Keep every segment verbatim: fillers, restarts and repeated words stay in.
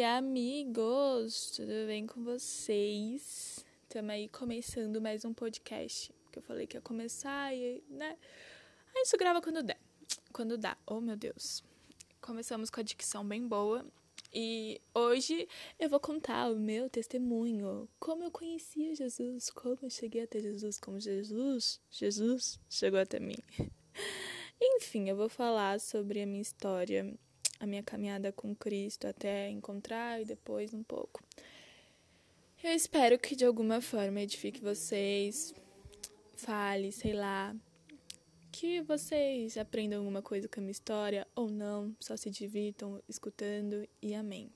amigos, tudo bem com vocês? Estamos aí começando mais um podcast, que eu falei que ia começar e, né, a gente grava quando der, quando dá, oh meu Deus. Começamos com a dicção bem boa e hoje eu vou contar o meu testemunho, como eu conhecia Jesus, como eu cheguei até Jesus, como Jesus, Jesus chegou até mim. Enfim, eu vou falar sobre a minha história, a minha caminhada com Cristo até encontrar e depois um pouco. Eu espero que de alguma forma edifique vocês, fale, sei lá, que vocês aprendam alguma coisa com a minha história ou não, só se divirtam escutando e amém.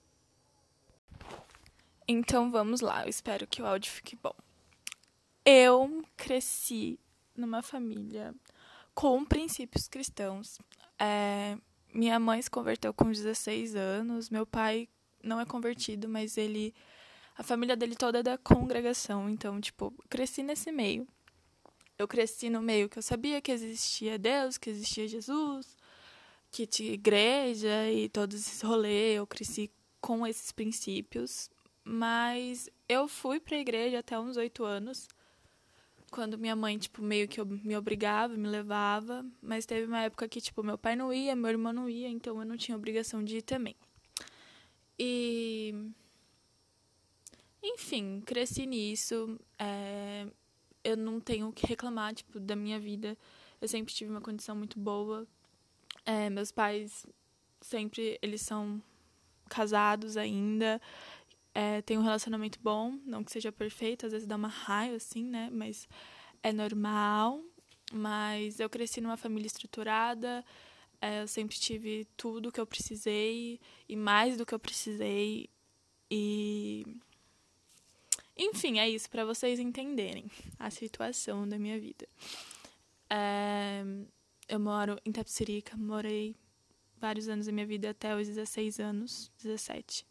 Então vamos lá, eu espero que o áudio fique bom. Eu cresci numa família com princípios cristãos. É, minha mãe se converteu com dezesseis anos, meu pai não é convertido, mas ele, a família dele toda é da congregação, então, tipo, cresci nesse meio. Eu cresci no meio que eu sabia que existia Deus, que existia Jesus, que tinha igreja e todos esses rolês, eu cresci com esses princípios, mas eu fui pra igreja até uns oito anos, quando minha mãe, tipo, meio que me obrigava, me levava, mas teve uma época que, tipo, meu pai não ia, meu irmão não ia, então eu não tinha obrigação de ir também. E, enfim, cresci nisso, é... eu não tenho o que reclamar, tipo, da minha vida, eu sempre tive uma condição muito boa, é, meus pais sempre, eles são casados ainda, é, tem um relacionamento bom, não que seja perfeito, às vezes dá uma raiva, assim, né, mas é normal, mas eu cresci numa família estruturada, é, eu sempre tive tudo que eu precisei e mais do que eu precisei e... Enfim, é isso, para vocês entenderem a situação da minha vida. É, eu moro em Itapecerica, morei vários anos da minha vida até os dezesseis anos, dezessete.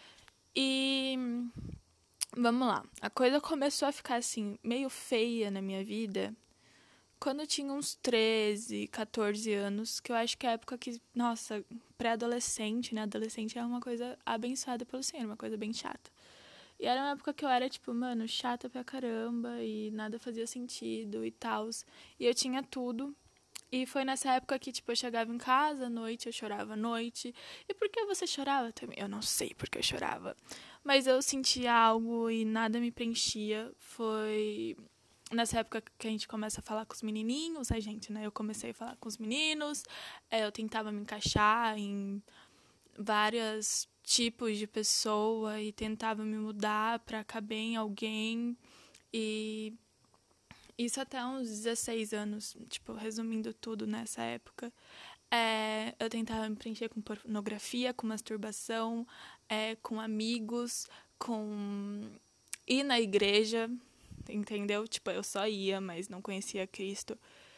E vamos lá, a coisa começou a ficar assim, meio feia na minha vida quando eu tinha uns treze, catorze anos, que eu acho que é a época que, nossa, pré-adolescente, né? Adolescente é uma coisa abençoada pelo Senhor, uma coisa bem chata. E era uma época que eu era, tipo, mano, chata pra caramba e nada fazia sentido e tal. E eu tinha tudo. E foi nessa época que, tipo, eu chegava em casa à noite, eu chorava à noite. E por que você chorava também? Eu não sei por que eu chorava. Mas eu sentia algo e nada me preenchia. Foi nessa época que a gente começa a falar com os menininhos, a gente, né? Eu comecei a falar com os meninos, eu tentava me encaixar em vários tipos de pessoa e tentava me mudar para caber em alguém. E isso até uns dezesseis anos, tipo, resumindo tudo nessa época. É, eu tentava me preencher com pornografia, com masturbação, é, com amigos, com ir na igreja, entendeu? Tipo, eu só ia, mas não conhecia Cristo.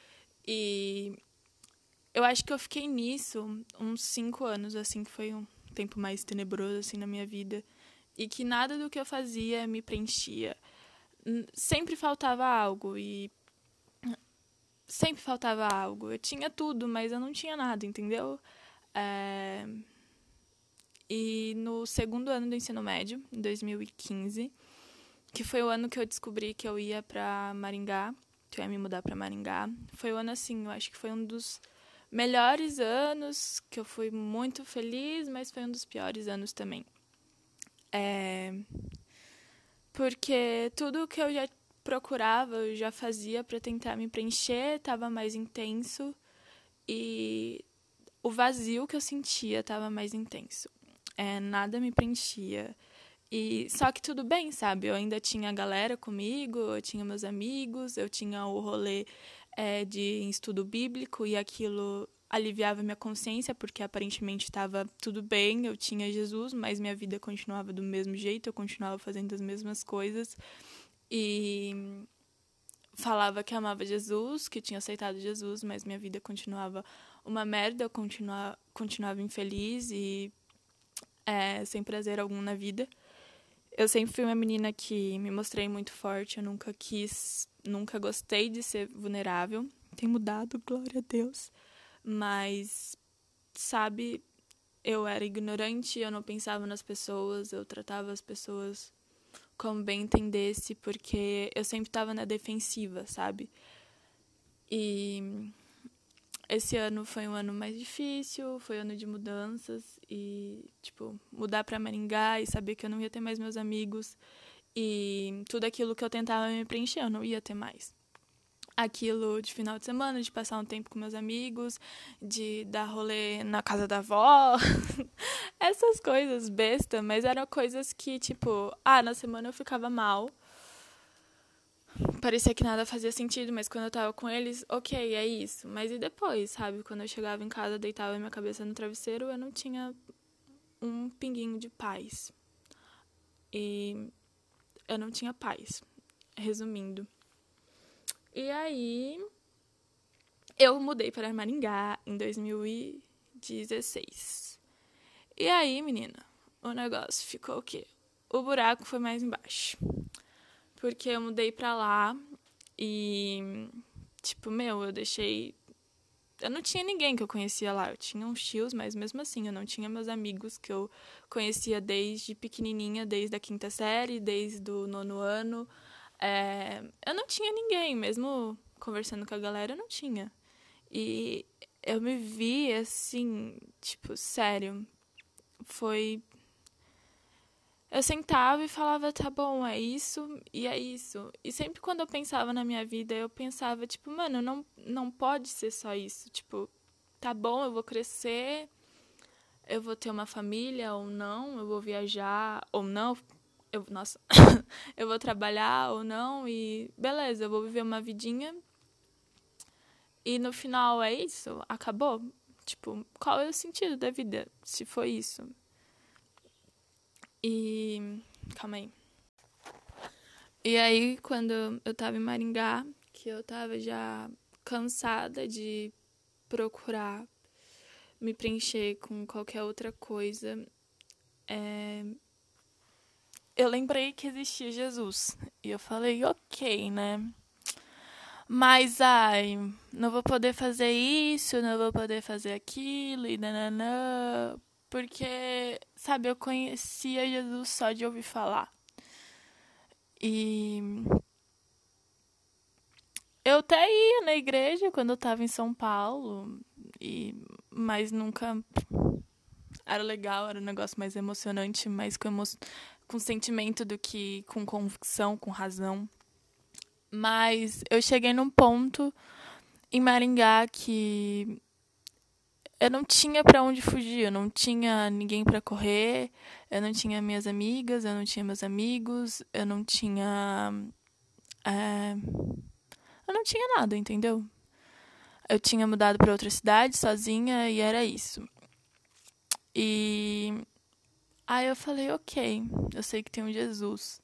E eu acho que eu fiquei nisso uns cinco anos, assim, que foi um tempo mais tenebroso, assim, na minha vida. E que nada do que eu fazia me preenchia. Sempre faltava algo e... Sempre faltava algo. Eu tinha tudo, mas eu não tinha nada, entendeu? É... E no segundo ano do ensino médio, em dois mil e quinze, que foi o ano que eu descobri que eu ia pra Maringá, que eu ia me mudar pra Maringá. Foi o ano, assim, eu acho que foi um dos melhores anos, que eu fui muito feliz, mas foi um dos piores anos também. É... Porque tudo que eu já procurava, eu já fazia pra tentar me preencher, tava mais intenso, e o vazio que eu sentia tava mais intenso. É, nada me preenchia. E, só que tudo bem, sabe? Eu ainda tinha a galera comigo, eu tinha meus amigos, eu tinha o rolê é, de estudo bíblico e aquilo aliviava minha consciência, porque aparentemente estava tudo bem, eu tinha Jesus, mas minha vida continuava do mesmo jeito, eu continuava fazendo as mesmas coisas. E falava que amava Jesus, que tinha aceitado Jesus, mas minha vida continuava uma merda, eu continuava, continuava infeliz e é, sem prazer algum na vida. Eu sempre fui uma menina que me mostrei muito forte, eu nunca quis, nunca gostei de ser vulnerável. Tem mudado, glória a Deus. Mas, sabe, eu era ignorante, eu não pensava nas pessoas, eu tratava as pessoas como bem entendesse, porque eu sempre estava na defensiva, sabe? E esse ano foi um ano mais difícil, foi um ano de mudanças e, tipo, mudar pra Maringá e saber que eu não ia ter mais meus amigos e tudo aquilo que eu tentava me preencher, eu não ia ter mais. Aquilo de final de semana, de passar um tempo com meus amigos, de dar rolê na casa da avó, essas coisas besta, mas eram coisas que, tipo, ah, na semana eu ficava mal, parecia que nada fazia sentido, mas quando eu tava com eles, ok, é isso. Mas e depois, sabe? Quando eu chegava em casa, deitava minha cabeça no travesseiro, eu não tinha um pinguinho de paz. E eu não tinha paz, resumindo. E aí, eu mudei para Maringá em dois mil e dezesseis. E aí, menina, o negócio ficou o quê? O buraco foi mais embaixo. Porque eu mudei pra lá e, tipo, meu, eu deixei... Eu não tinha ninguém que eu conhecia lá. Eu tinha uns tios, mas mesmo assim, eu não tinha meus amigos que eu conhecia desde pequenininha, desde a quinta série, desde o nono ano. É... Eu não tinha ninguém, mesmo conversando com a galera, eu não tinha. E eu me vi, assim, tipo, sério, foi... Eu sentava e falava, tá bom, é isso e é isso. E sempre quando eu pensava na minha vida, eu pensava, tipo, mano, não, não pode ser só isso. Tipo, tá bom, eu vou crescer, eu vou ter uma família ou não, eu vou viajar ou não. Eu, nossa, eu vou trabalhar ou não e beleza, eu vou viver uma vidinha. E no final é isso, acabou. Tipo, qual é o sentido da vida se foi isso? E... Calma aí. E aí, quando eu tava em Maringá, que eu tava já cansada de procurar me preencher com qualquer outra coisa, é... eu lembrei que existia Jesus. E eu falei, ok, né? Mas, ai, não vou poder fazer isso, não vou poder fazer aquilo, e nananã. Porque, sabe, eu conhecia Jesus só de ouvir falar. E eu até ia na igreja quando eu tava em São Paulo, e... mas nunca era legal, era um negócio mais emocionante, mais com, emo... com sentimento do que com convicção, com razão. Mas eu cheguei num ponto em Maringá que eu não tinha pra onde fugir, eu não tinha ninguém pra correr, eu não tinha minhas amigas, eu não tinha meus amigos, eu não tinha... É... Eu não tinha nada, entendeu? Eu tinha mudado pra outra cidade sozinha e era isso. E aí eu falei, ok, eu sei que tem um Jesus.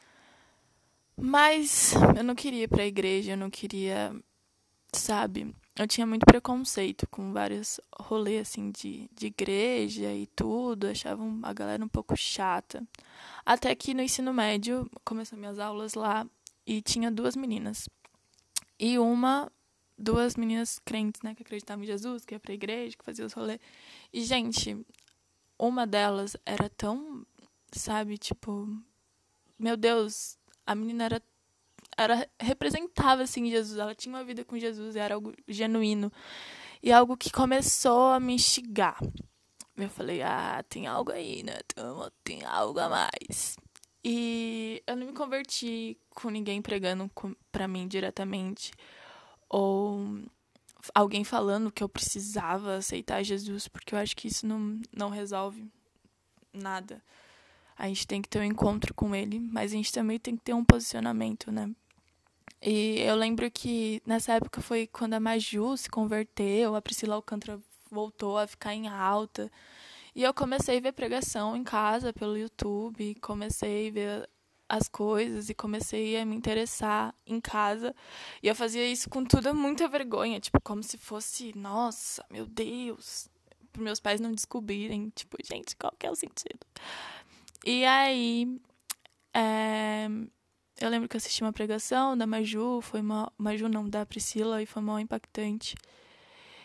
Mas eu não queria ir pra igreja, eu não queria, sabe? Eu tinha muito preconceito com vários rolês, assim, de, de igreja e tudo. Achava a galera um pouco chata. Até que no ensino médio, começou minhas aulas lá e tinha duas meninas. E uma, duas meninas crentes, né, que acreditavam em Jesus, que ia pra igreja, que fazia os rolês. E, gente, uma delas era tão, sabe, tipo... Meu Deus, a menina era, era representava, assim, Jesus. Ela tinha uma vida com Jesus, era algo genuíno. E algo que começou a me instigar. Eu falei, ah, tem algo aí, né? Tem algo a mais. E eu não me converti com ninguém pregando pra mim diretamente. Ou alguém falando que eu precisava aceitar Jesus, porque eu acho que isso não, não resolve nada. A gente tem que ter um encontro com ele, mas a gente também tem que ter um posicionamento, né? E eu lembro que nessa época foi quando a Maju se converteu, a Priscila Alcântara voltou a ficar em alta. E eu comecei a ver pregação em casa pelo YouTube, comecei a ver as coisas e comecei a me interessar em casa. E eu fazia isso com toda muita vergonha, tipo, como se fosse, nossa, meu Deus, para meus pais não descobrirem, tipo, gente, qual que é o sentido? E aí, é, eu lembro que eu assisti uma pregação da Maju, foi uma, Maju não, da Priscila, e foi mal impactante.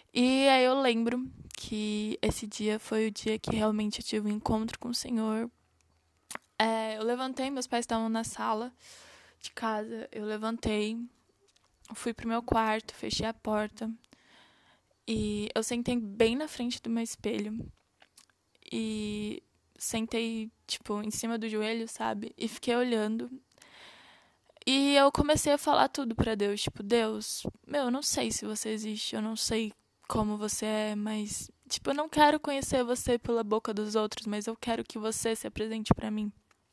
E aí eu lembro que esse dia foi o dia que realmente eu tive um encontro com o Senhor. É, eu levantei, meus pais estavam na sala de casa, eu levantei, fui pro meu quarto, fechei a porta e eu sentei bem na frente do meu espelho e sentei, tipo, em cima do joelho, sabe? E fiquei olhando. E eu comecei a falar tudo pra Deus, tipo, Deus, meu, eu não sei se você existe, eu não sei como você é, mas, tipo, eu não quero conhecer você pela boca dos outros, mas eu quero que você se apresente pra mim.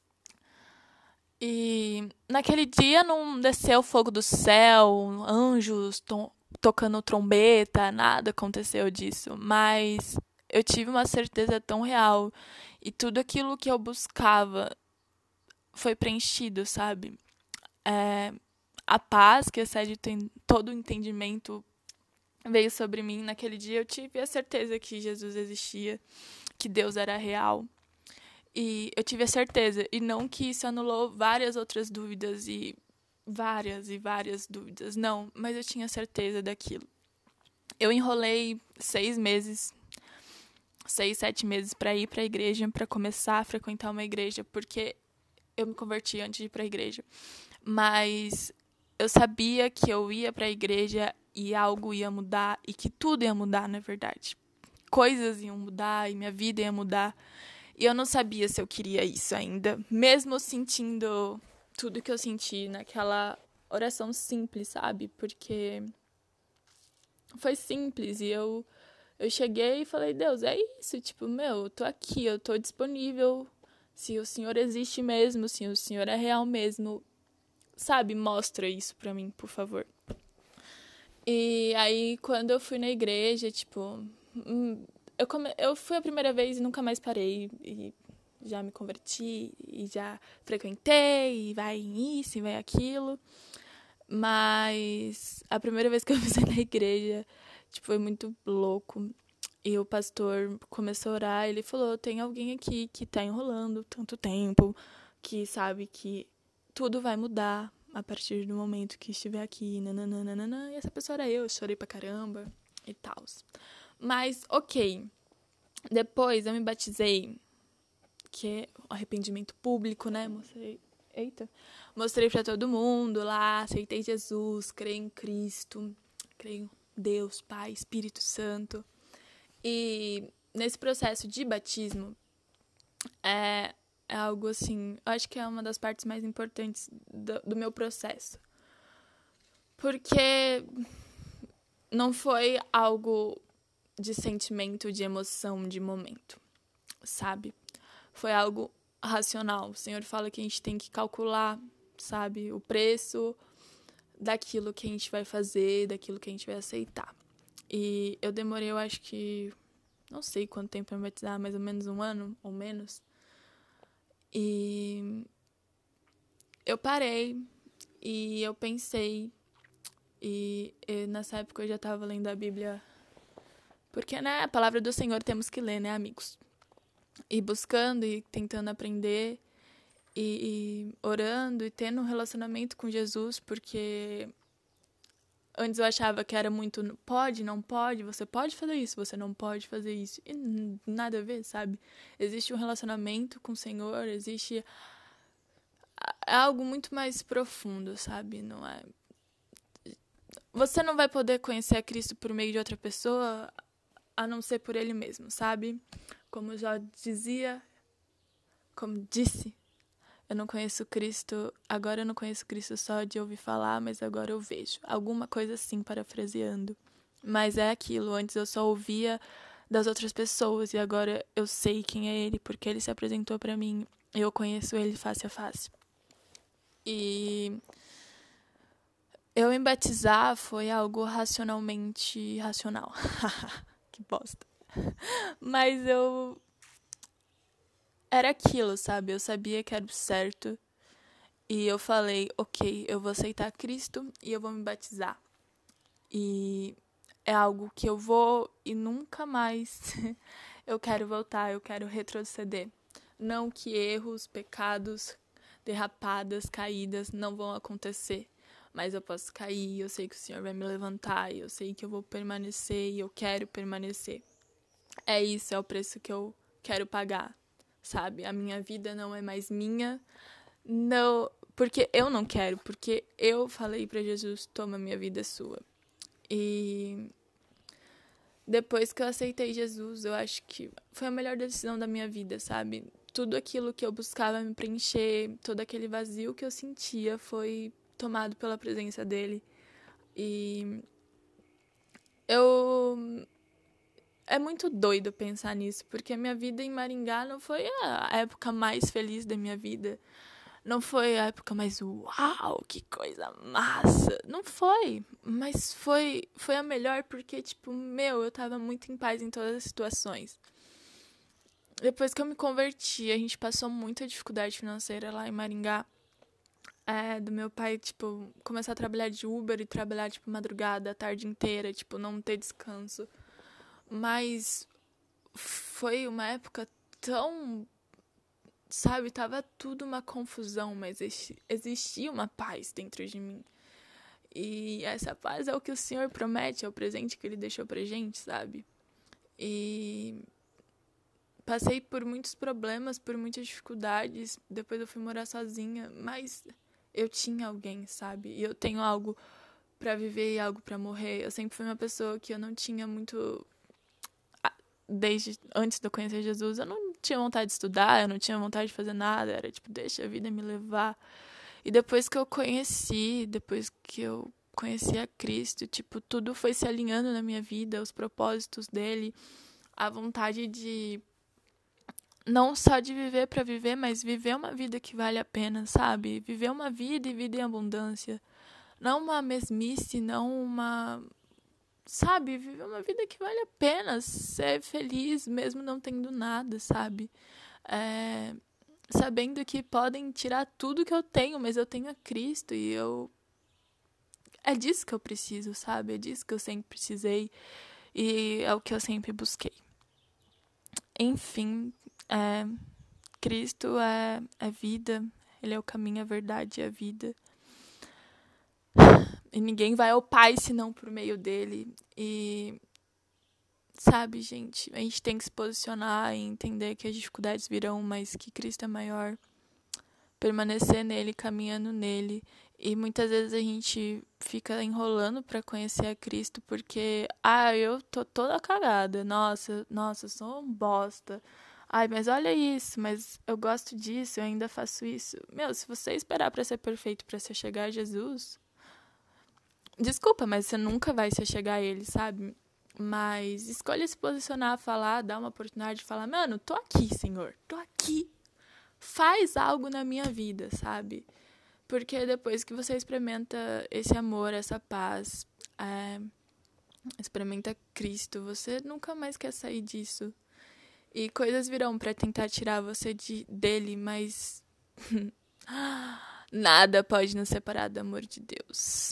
E naquele dia não desceu fogo do céu, anjos to- tocando trombeta, nada aconteceu disso, mas eu tive uma certeza tão real e tudo aquilo que eu buscava foi preenchido, sabe? É, a paz que excede todo o entendimento veio sobre mim. Naquele dia eu tive a certeza que Jesus existia, que Deus era real. E eu tive a certeza. E não que isso anulou várias outras dúvidas e várias e várias dúvidas. Não, mas eu tinha certeza daquilo. Eu enrolei seis meses, seis, sete meses para ir para a igreja, para começar a frequentar uma igreja, porque eu me converti antes de ir para a igreja. Mas eu sabia que eu ia para a igreja e algo ia mudar e que tudo ia mudar, na verdade. Coisas iam mudar e minha vida ia mudar. E eu não sabia se eu queria isso ainda, mesmo sentindo tudo que eu senti naquela oração simples, sabe? Porque foi simples e eu eu cheguei e falei, Deus, é isso, tipo, meu, eu tô aqui, eu tô disponível. Se o Senhor existe mesmo, se o Senhor é real mesmo, sabe, mostra isso pra mim, por favor. E aí, quando eu fui na igreja, tipo, eu, come... eu fui a primeira vez e nunca mais parei. E já me converti e já frequentei, e vai isso e vai aquilo. Mas a primeira vez que eu pisei na igreja, tipo, foi muito louco. E o pastor começou a orar, ele falou, tem alguém aqui que tá enrolando tanto tempo, que sabe que tudo vai mudar a partir do momento que estiver aqui, nananana. E essa pessoa era eu, eu chorei pra caramba e tal. Mas, ok. Depois eu me batizei, que é o arrependimento público, né? Mostrei, eita. Mostrei pra todo mundo lá, aceitei Jesus, creio em Cristo, creio em Deus, Pai, Espírito Santo. E nesse processo de batismo, é, é algo assim, eu acho que é uma das partes mais importantes do, do meu processo. Porque não foi algo de sentimento, de emoção, de momento, sabe? Foi algo racional. O Senhor fala que a gente tem que calcular, sabe, o preço daquilo que a gente vai fazer, daquilo que a gente vai aceitar. E eu demorei, eu acho que, não sei quanto tempo pra me batizar, mais ou menos um ano ou menos. E eu parei e eu pensei, e, e nessa época eu já estava lendo a Bíblia, porque, né, a palavra do Senhor temos que ler, né, amigos? E buscando e tentando aprender e, e orando e tendo um relacionamento com Jesus, porque antes eu achava que era muito pode, não pode, você pode fazer isso, você não pode fazer isso. E nada a ver, sabe? Existe um relacionamento com o Senhor, existe é algo muito mais profundo, sabe? Não é. Você não vai poder conhecer a Cristo por meio de outra pessoa, a não ser por Ele mesmo, sabe? Como já dizia, como disse, eu não conheço Cristo, agora eu não conheço Cristo só de ouvir falar, mas agora eu vejo. Alguma coisa assim, parafraseando. Mas é aquilo, antes eu só ouvia das outras pessoas e agora eu sei quem é Ele, porque Ele se apresentou pra mim, eu conheço Ele face a face. E eu me batizar foi algo racionalmente racional. Que bosta. Mas eu era aquilo, sabe? Eu sabia que era o certo. E eu falei, ok, eu vou aceitar Cristo e eu vou me batizar. E é algo que eu vou e nunca mais eu quero voltar, eu quero retroceder. Não que erros, pecados, derrapadas, caídas não vão acontecer. mas eu posso cair, eu sei que o Senhor vai me levantar, e eu sei que eu vou permanecer, e eu quero permanecer. É isso, é o preço que eu quero pagar, sabe? A minha vida não é mais minha, não, porque eu não quero, porque eu falei pra Jesus, toma, minha vida é sua. E depois que eu aceitei Jesus, eu acho que foi a melhor decisão da minha vida, sabe? Tudo aquilo que eu buscava me preencher, todo aquele vazio que eu sentia foi tomado pela presença dele. E eu... É muito doido pensar nisso, porque a minha vida em Maringá não foi a época mais feliz da minha vida. Não foi a época mais uau, que coisa massa. Não foi, mas foi, foi a melhor porque, tipo, meu, eu tava muito em paz em todas as situações. Depois que eu me converti, a gente passou muita dificuldade financeira lá em Maringá. É, do meu pai, tipo, começar a trabalhar de Uber e trabalhar, tipo, madrugada, a tarde inteira, tipo, não ter descanso. Mas foi uma época tão, sabe, tava tudo uma confusão, mas existia uma paz dentro de mim. E essa paz é o que o Senhor promete, é o presente que Ele deixou pra gente, sabe? E passei por muitos problemas, por muitas dificuldades, depois eu fui morar sozinha, mas eu tinha alguém, sabe? E eu tenho algo pra viver e algo pra morrer. Eu sempre fui uma pessoa que eu não tinha muito... Desde antes de eu conhecer Jesus, eu não tinha vontade de estudar, eu não tinha vontade de fazer nada, era tipo, deixa a vida me levar. E depois que eu conheci, depois que eu conheci a Cristo, tipo, tudo foi se alinhando na minha vida, os propósitos dele, a vontade de não só de viver pra viver, mas viver uma vida que vale a pena, sabe? Viver uma vida e vida em abundância. Não uma mesmice, não uma... Sabe, viver uma vida que vale a pena, ser feliz mesmo não tendo nada, sabe? É, sabendo que podem tirar tudo que eu tenho, mas eu tenho a Cristo e eu... É disso que eu preciso, sabe? É disso que eu sempre precisei e é o que eu sempre busquei. Enfim, é, Cristo é, é vida, Ele é o caminho, a verdade e a vida. E ninguém vai ao Pai senão por meio dele. E, sabe, gente, a gente tem que se posicionar e entender que as dificuldades virão, mas que Cristo é maior. Permanecer nele, caminhando nele. E muitas vezes a gente fica enrolando pra conhecer a Cristo porque, ah, eu tô toda cagada. Nossa, nossa, eu sou um bosta. Ai, mas olha isso, mas eu gosto disso, eu ainda faço isso. Meu, se você esperar pra ser perfeito pra você chegar a Jesus... Desculpa, mas você nunca vai se chegar a ele, sabe? Mas escolha se posicionar, falar, dar uma oportunidade de falar, mano, tô aqui, Senhor, tô aqui. Faz algo na minha vida, sabe? Porque depois que você experimenta esse amor, essa paz, é, experimenta Cristo, você nunca mais quer sair disso. E coisas virão pra tentar tirar você de, dele, mas nada pode nos separar do amor de Deus.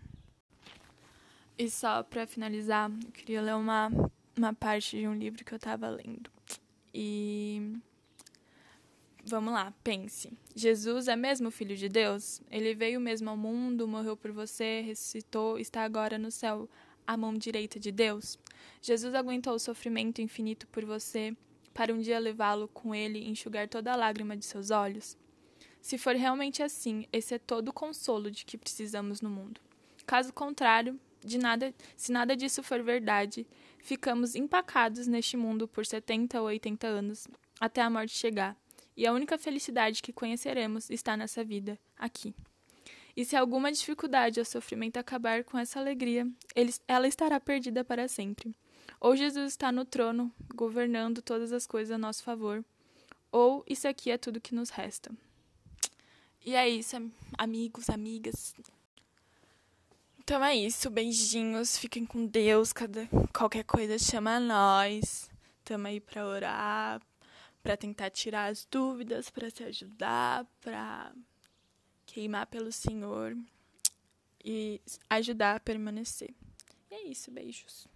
E só pra finalizar, eu queria ler uma, uma parte de um livro que eu tava lendo. E... Vamos lá, pense. Jesus é mesmo o Filho de Deus? Ele veio mesmo ao mundo, morreu por você, ressuscitou, está agora no céu, à mão direita de Deus? Jesus aguentou o sofrimento infinito por você, para um dia levá-lo com ele e enxugar toda a lágrima de seus olhos? Se for realmente assim, esse é todo o consolo de que precisamos no mundo. Caso contrário, de nada, se nada disso for verdade, ficamos empacados neste mundo por setenta ou oitenta anos, até a morte chegar. E a única felicidade que conheceremos está nessa vida, aqui. E se alguma dificuldade ou sofrimento acabar com essa alegria, ele, ela estará perdida para sempre. Ou Jesus está no trono, governando todas as coisas a nosso favor, ou isso aqui é tudo que nos resta. E é isso, amigos, amigas. Então é isso, beijinhos, fiquem com Deus, cada, qualquer coisa chama a nós. Tamo aí pra orar, pra tentar tirar as dúvidas, pra se ajudar, pra queimar pelo Senhor e ajudar a permanecer. E é isso, beijos.